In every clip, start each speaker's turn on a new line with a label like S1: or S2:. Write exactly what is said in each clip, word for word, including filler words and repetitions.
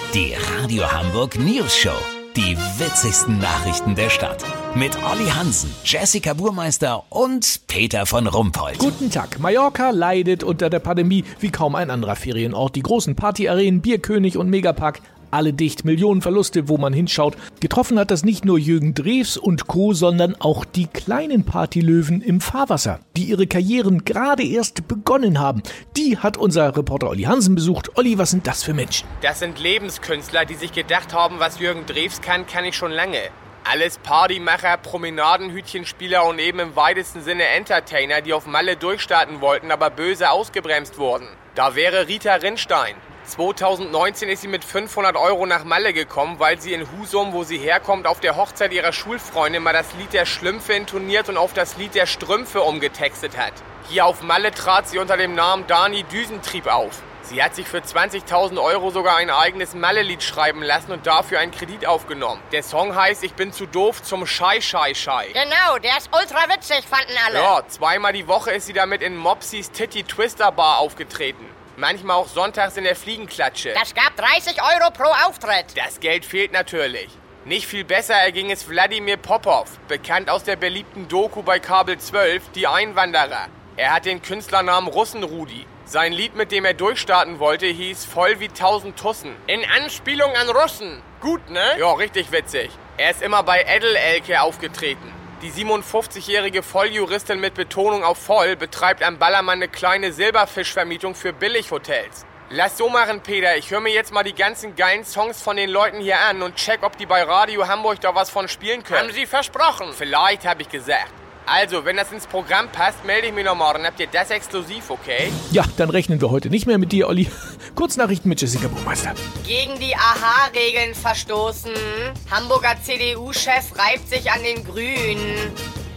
S1: Die Radio Hamburg News Show. Die witzigsten Nachrichten der Stadt. Mit Olli Hansen, Jessica Burmeister und Peter von Rumpold.
S2: Guten Tag. Mallorca leidet unter der Pandemie wie kaum ein anderer Ferienort. Die großen Partyarenen, Bierkönig und Megapark, alle dicht, Millionen Verluste, wo man hinschaut. Getroffen hat das nicht nur Jürgen Drews und Co., sondern auch die kleinen Partylöwen im Fahrwasser, die ihre Karrieren gerade erst begonnen haben. Die hat unser Reporter Olli Hansen besucht. Olli, was sind das für Menschen?
S3: Das sind Lebenskünstler, die sich gedacht haben, was Jürgen Drews kann, kann ich schon lange. Alles Partymacher, Promenadenhütchenspieler und eben im weitesten Sinne Entertainer, die auf Malle durchstarten wollten, aber böse ausgebremst wurden. Da wäre Rita Rinstein. zweitausendneunzehn ist sie mit fünfhundert Euro nach Malle gekommen, weil sie in Husum, wo sie herkommt, auf der Hochzeit ihrer Schulfreundin mal das Lied der Schlümpfe intoniert und auf das Lied der Strümpfe umgetextet hat. Hier auf Malle trat sie unter dem Namen Dani Düsentrieb auf. Sie hat sich für zwanzigtausend Euro sogar ein eigenes Malle-Lied schreiben lassen und dafür einen Kredit aufgenommen. Der Song heißt Ich bin zu doof zum Schei, Schei, Schei.
S4: Genau, der ist ultra witzig, fanden alle.
S3: Ja, zweimal die Woche ist sie damit in Mopsys Titty Twister Bar aufgetreten. Manchmal auch sonntags in der Fliegenklatsche.
S4: Das gab dreißig Euro pro Auftritt.
S3: Das Geld fehlt natürlich. Nicht viel besser erging es Wladimir Popov, bekannt aus der beliebten Doku bei Kabel zwölf, Die Einwanderer. Er hat den Künstlernamen Russenrudi. Sein Lied, mit dem er durchstarten wollte, hieß Voll wie tausend Tussen. In Anspielung an Russen. Gut, ne? Ja, richtig witzig. Er ist immer bei Edel Elke aufgetreten. Die siebenundfünfzigjährige Volljuristin mit Betonung auf voll betreibt am Ballermann eine kleine Silberfischvermietung für Billighotels. Lass so machen, Peter. Ich höre mir jetzt mal die ganzen geilen Songs von den Leuten hier an und check, ob die bei Radio Hamburg da was von spielen können.
S4: Haben Sie versprochen?
S3: Vielleicht, habe ich gesagt. Also, wenn das ins Programm passt, melde ich mich noch morgen. Habt ihr das exklusiv, okay?
S2: Ja, dann rechnen wir heute nicht mehr mit dir, Olli. Kurznachrichten mit Jessica Burmeister.
S4: Gegen die A H A-Regeln verstoßen. Hamburger C D U-Chef reibt sich an den Grünen.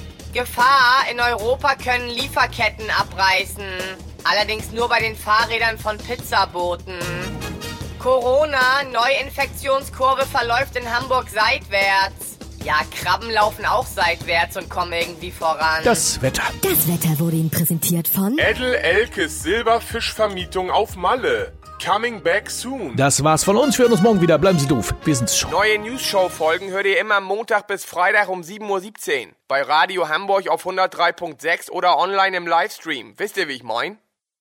S4: Gefahr, in Europa können Lieferketten abreißen. Allerdings nur bei den Fahrrädern von Pizzaboten. Corona, Neuinfektionskurve verläuft in Hamburg seitwärts. Ja, Krabben laufen auch seitwärts und kommen irgendwie voran.
S2: Das Wetter.
S5: Das Wetter wurde Ihnen präsentiert von
S6: Edel Elkes Silberfischvermietung auf Malle. Coming back soon.
S2: Das war's von uns. Wir hören uns morgen wieder. Bleiben Sie doof. Wir sind's schon.
S3: Neue News-Show-Folgen hört ihr immer Montag bis Freitag um sieben Uhr siebzehn. Bei Radio Hamburg auf hundertdrei Komma sechs oder online im Livestream. Wisst ihr, wie ich mein?